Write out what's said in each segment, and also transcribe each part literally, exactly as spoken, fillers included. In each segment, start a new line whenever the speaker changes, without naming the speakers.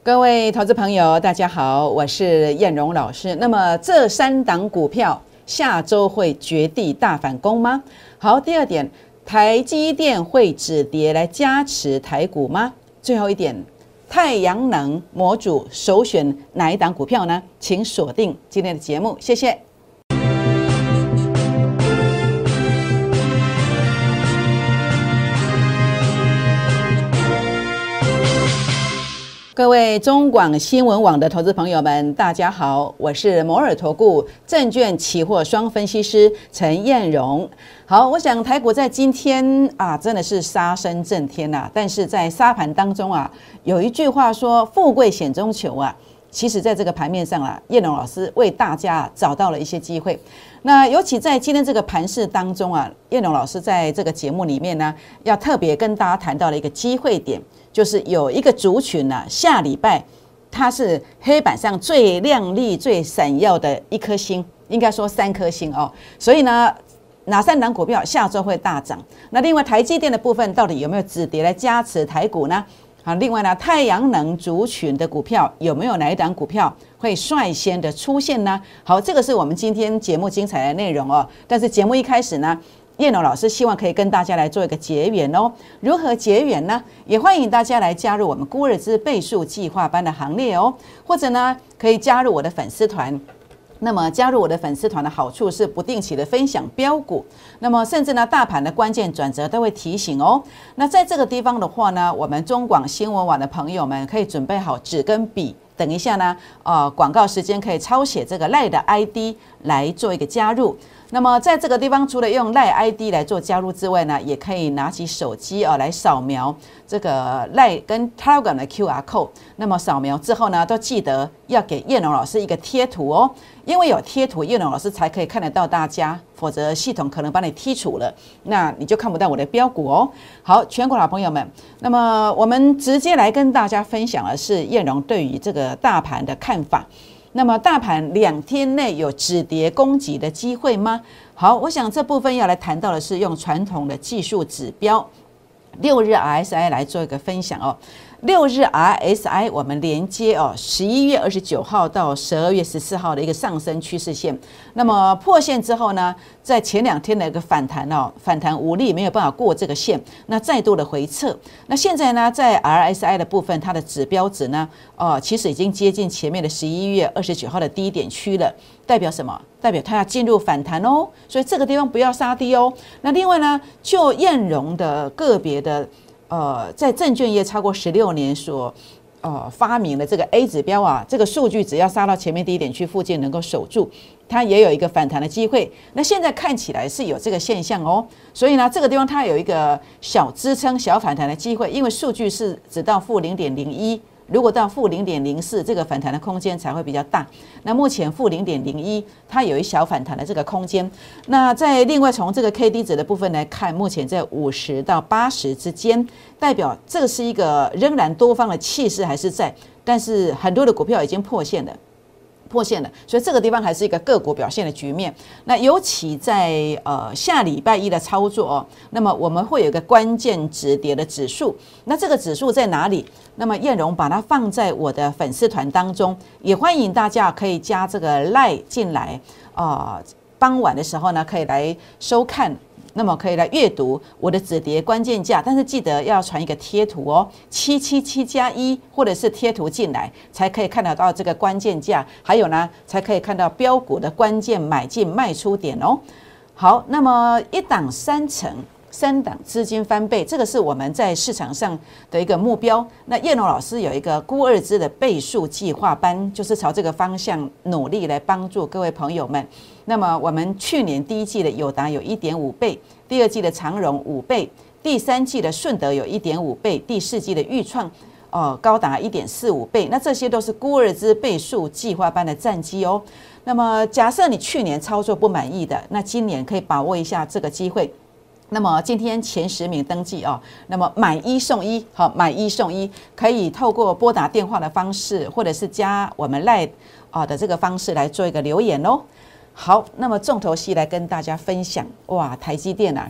各位投资朋友，大家好，我是燕荣老师。那么这三档股票下周会绝地大反攻吗？好，第二点，台积电会止跌来加持台股吗？最后一点，太阳能模组首选哪一档股票呢？请锁定今天的节目，谢谢。各位中广新闻网的投资朋友们，大家好，我是摩尔投顾证券期货双分析师陈燕荣。好，我想台股在今天啊，真的是杀声震天呐、啊。但是在沙盘当中啊，有一句话说“富贵险中求”啊。其实，在这个盘面上啊，燕荣老师为大家找到了一些机会。那尤其在今天这个盘势当中啊，燕荣老师在这个节目里面呢，要特别跟大家谈到了一个机会点。就是有一个族群啊，下礼拜它是黑板上最亮丽、最闪耀的一颗星，应该说三颗星哦。所以呢，哪三档股票下周会大涨？那另外台积电的部分到底有没有止跌来加持台股呢？好，另外呢，太阳能族群的股票有没有哪一档股票会率先的出现呢？好，这个是我们今天节目精彩的内容哦。但是节目一开始呢，燕荣老师希望可以跟大家来做一个结缘哦。如何结缘呢？也欢迎大家来加入我们孤日之倍数计划班的行列哦，或者呢，可以加入我的粉丝团。那么加入我的粉丝团的好处是不定期的分享标股，那么甚至呢大盘的关键转折都会提醒哦。那在这个地方的话呢，我们中广新闻网的朋友们可以准备好纸跟笔，等一下呢，呃，广告时间可以抄写这个 LINE 的 I D 来做一个加入。那么在这个地方，除了用 LINE I D 来做加入之外呢，也可以拿起手机啊来扫描这个 LINE 跟 Telegram 的 Q R code。那么扫描之后呢，都记得要给燕荣老师一个贴图哦，因为有贴图，燕荣老师才可以看得到大家，否则系统可能把你剔除了，那你就看不到我的标股哦。好，全国老朋友们，那么我们直接来跟大家分享的是燕荣对于这个大盘的看法。那么大盘两天内有止跌攻击的机会吗？好，我想这部分要来谈到的是用传统的技术指标六日 R S I 来做一个分享哦。六日 R S I 我们连接哦，十一月二十九号到十二月十四号的一个上升趋势线。那么破线之后呢，在前两天的一个反弹哦，反弹无力，没有办法过这个线，那再度的回撤。那现在呢，在 R S I 的部分，它的指标值呢，哦，其实已经接近前面的十一月二十九号的低点区了，代表什么？代表它要进入反弹哦，所以这个地方不要杀低哦。那另外呢，就燕荣的个别的。呃，在证券业超过十六年所呃发明的这个 A 指标啊，这个数据只要杀到前面低点区附近能够守住，它也有一个反弹的机会。那现在看起来是有这个现象哦，所以呢，这个地方它有一个小支撑、小反弹的机会，因为数据是只到负零点零一。如果到负零点零四，这个反弹的空间才会比较大。那目前负零点零一，它有一小反弹的这个空间。那在另外从这个 K D 值的部分来看，目前在五十到八十之间，代表这个是一个仍然多方的气势还是在，但是很多的股票已经破线了。破线了，所以这个地方还是一个个股表现的局面。那尤其在呃下礼拜一的操作哦，那么我们会有一个关键止跌的指数。那这个指数在哪里？那么燕荣把它放在我的粉丝团当中，也欢迎大家可以加这个 LINE 进来啊、呃，傍晚的时候呢可以来收看。那么可以来阅读我的止跌关键价，但是记得要传一个贴图哦，七七七加一或者是贴图进来，才可以看得到这个关键价，还有呢，才可以看到标股的关键买进卖出点哦。好，那么一档三成。三档资金翻倍，这个是我们在市场上的一个目标。那燕荣老师有一个孤二支的倍数计划班，就是朝这个方向努力来帮助各位朋友们。那么我们去年第一季的友达有 一点五倍，第二季的长荣五倍，第三季的顺德有 一点五倍，第四季的裕创哦高达 一点四五倍。那这些都是孤二支倍数计划班的战绩哦。那么假设你去年操作不满意的，那今年可以把握一下这个机会。那么今天前十名登记哦，那么买一送一，好，买一送一，可以透过拨打电话的方式，或者是加我们 LINE 啊的这个方式来做一个留言哦。好，那么重头戏来跟大家分享，哇，台积电啊，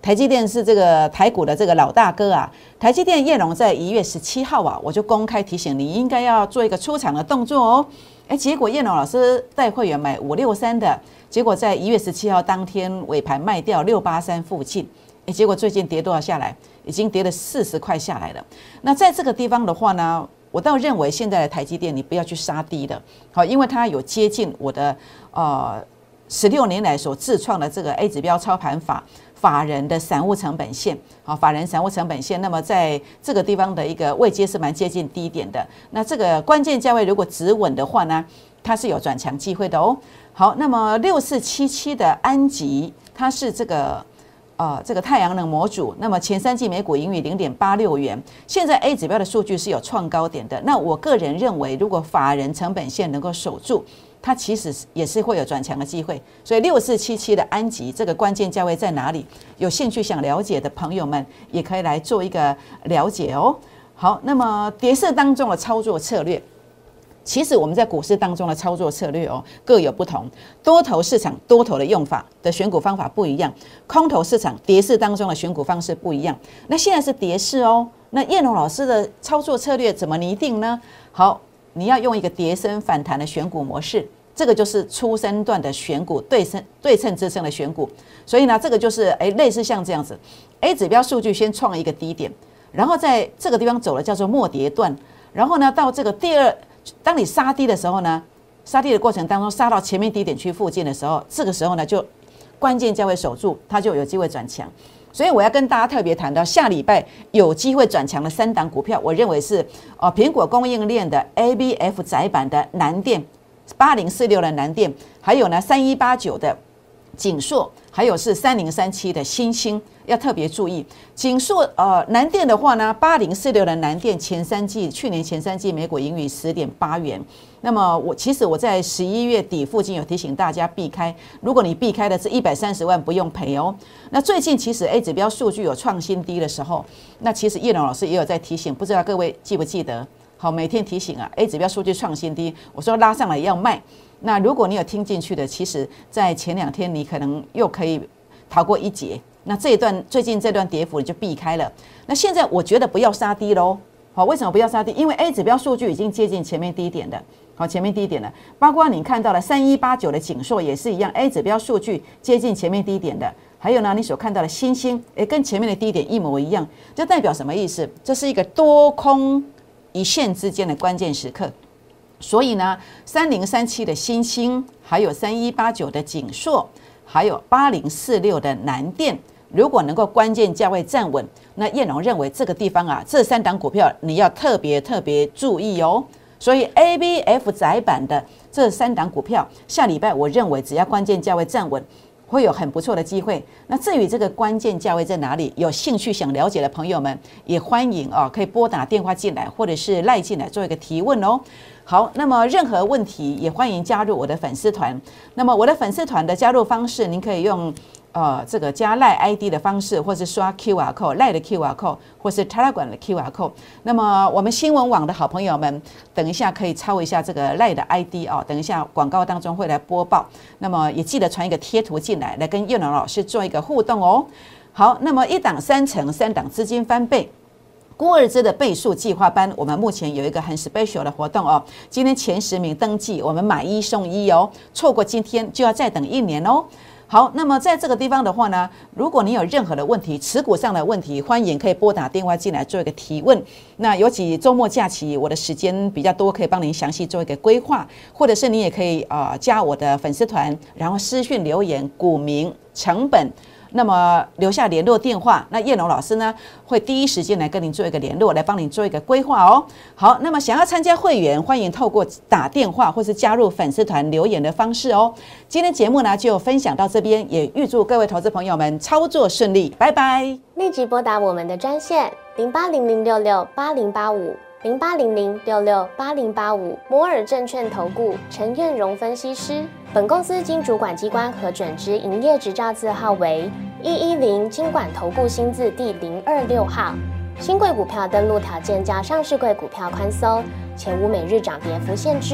台积电是这个台股的这个老大哥啊。台积电叶龙在一月十七号啊，我就公开提醒你应该要做一个出场的动作哦。哎，结果叶龙老师带会员买五六三的，结果在一月十七号当天尾盘卖掉六八三附近。哎，结果最近跌多少下来？已经跌了四十块下来了。那在这个地方的话呢，我倒认为现在的台积电你不要去杀低的，好，因为它有接近我的呃十六年来所自创的这个 A 指标操盘法。法人的散户成本线，好，法人散户成本线，那么在这个地方的一个位阶是蛮接近低点的。那这个关键价位如果止稳的话呢，它是有转强机会的哦。好，那么六四七七的安吉，它是这个呃这个太阳能模组，那么前三季每股盈余零点八六元，现在 A 指标的数据是有创高点的。那我个人认为，如果法人成本线能够守住，它其实也是会有转强的机会，所以六四七七的安吉这个关键价位在哪里？有兴趣想了解的朋友们，也可以来做一个了解哦。好，那么跌势当中的操作策略，其实我们在股市当中的操作策略哦各有不同。多头市场多头的用法的选股方法不一样，空头市场跌势当中的选股方式不一样。那现在是跌势哦，那叶龙老师的操作策略怎么拟定呢？好。你要用一个跌升反弹的选股模式，这个就是初升段的选股对称对称支撑的选股。所以呢，这个就是哎类似像这样子 ，A 指标数据先创一个低点，然后在这个地方走了叫做末跌段，然后呢到这个第二，当你杀低的时候呢，杀低的过程当中杀到前面低点区附近的时候，这个时候呢就关键价位守住，它就有机会转强。所以我要跟大家特别谈到下礼拜有机会转强的三档股票，我认为是呃苹果供应链的 A B F 载板的南电，八零四六的南电，还有呢三一八九的景硕，还有是三零三七的新兴，要特别注意。景硕呃南电的话呢，八零四六的南电前三季去年前三季每股盈余十点八元。那么我其实我在十一月底附近有提醒大家避开，如果你避开的是一百三十万，不用赔哦。那最近其实 A 指标数据有创新低的时候，那其实叶龙老师也有在提醒，不知道各位记不记得？好，每天提醒啊 ，A 指标数据创新低，我说拉上来要卖。那如果你有听进去的，其实在前两天你可能又可以逃过一劫。那这一段最近这段跌幅你就避开了。那现在我觉得不要杀低喽。好，为什么不要杀低？因为 A 指标数据已经接近前面低点的。好，前面低点了，包括你看到了三一八九的景硕也是一样 ，A 指标数据接近前面低点的。还有呢，你所看到的新兴，诶，跟前面的低点一模一样，这代表什么意思？这是一个多空一线之间的关键时刻。所以呢，三零三七的新兴，还有三一八九的景硕，还有八零四六的南电，如果能够关键价位站稳，那叶龙认为这个地方啊，这三档股票你要特别特别注意哦。所以 A B F 载板的这三档股票，下礼拜我认为只要关键价位站稳，会有很不错的机会。那至于这个关键价位在哪里，有兴趣想了解的朋友们，也欢迎哦，可以拨打电话进来，或者是赖进来做一个提问哦。好，那么任何问题也欢迎加入我的粉丝团。那么我的粉丝团的加入方式，您可以用呃这个加赖 I D 的方式，或是刷 Q R code 赖的 Q R code， 或是 Telegram 的 Q R code。那么我们新闻网的好朋友们，等一下可以抄一下这个赖的 I D 哦，等一下广告当中会来播报。那么也记得传一个贴图进来，来跟叶龙老师做一个互动哦。好，那么一档三成，三档资金翻倍。郭二芝的倍数计划班，我们目前有一个很 special 的活动哦。今天前十名登记，我们买一送一哦。错过今天就要再等一年哦。好，那么在这个地方的话呢，如果你有任何的问题，持股上的问题，欢迎可以拨打电话进来做一个提问。那尤其周末假期，我的时间比较多，可以帮您详细做一个规划，或者是你也可以呃加我的粉丝团，然后私讯留言股名、成本。那么留下联络电话，那叶龙老师呢会第一时间来跟您做一个联络，来帮您做一个规划哦。好，那么想要参加会员，欢迎透过打电话或是加入粉丝团留言的方式哦。今天节目呢就分享到这边，也预祝各位投资朋友们操作顺利，拜拜。
立即拨打我们的专线零八零零六六八零八五零八零零六六八零八五摩尔证券投顾陈彦荣分析师。本公司经主管机关核准之营业执照字号为一一零金管投顾新字第零二六号。新贵股票登录条件较上市贵股票宽松，且无每日涨跌幅限制。投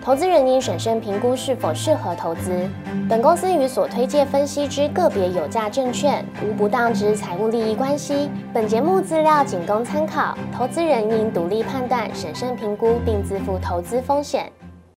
投资人应审慎评估是否适合投资。本公司与所推介分析之个别有价证券无不当之财务利益关系。本节目资料仅供参考，投资人应独立判断、审慎评估并自负投资风险。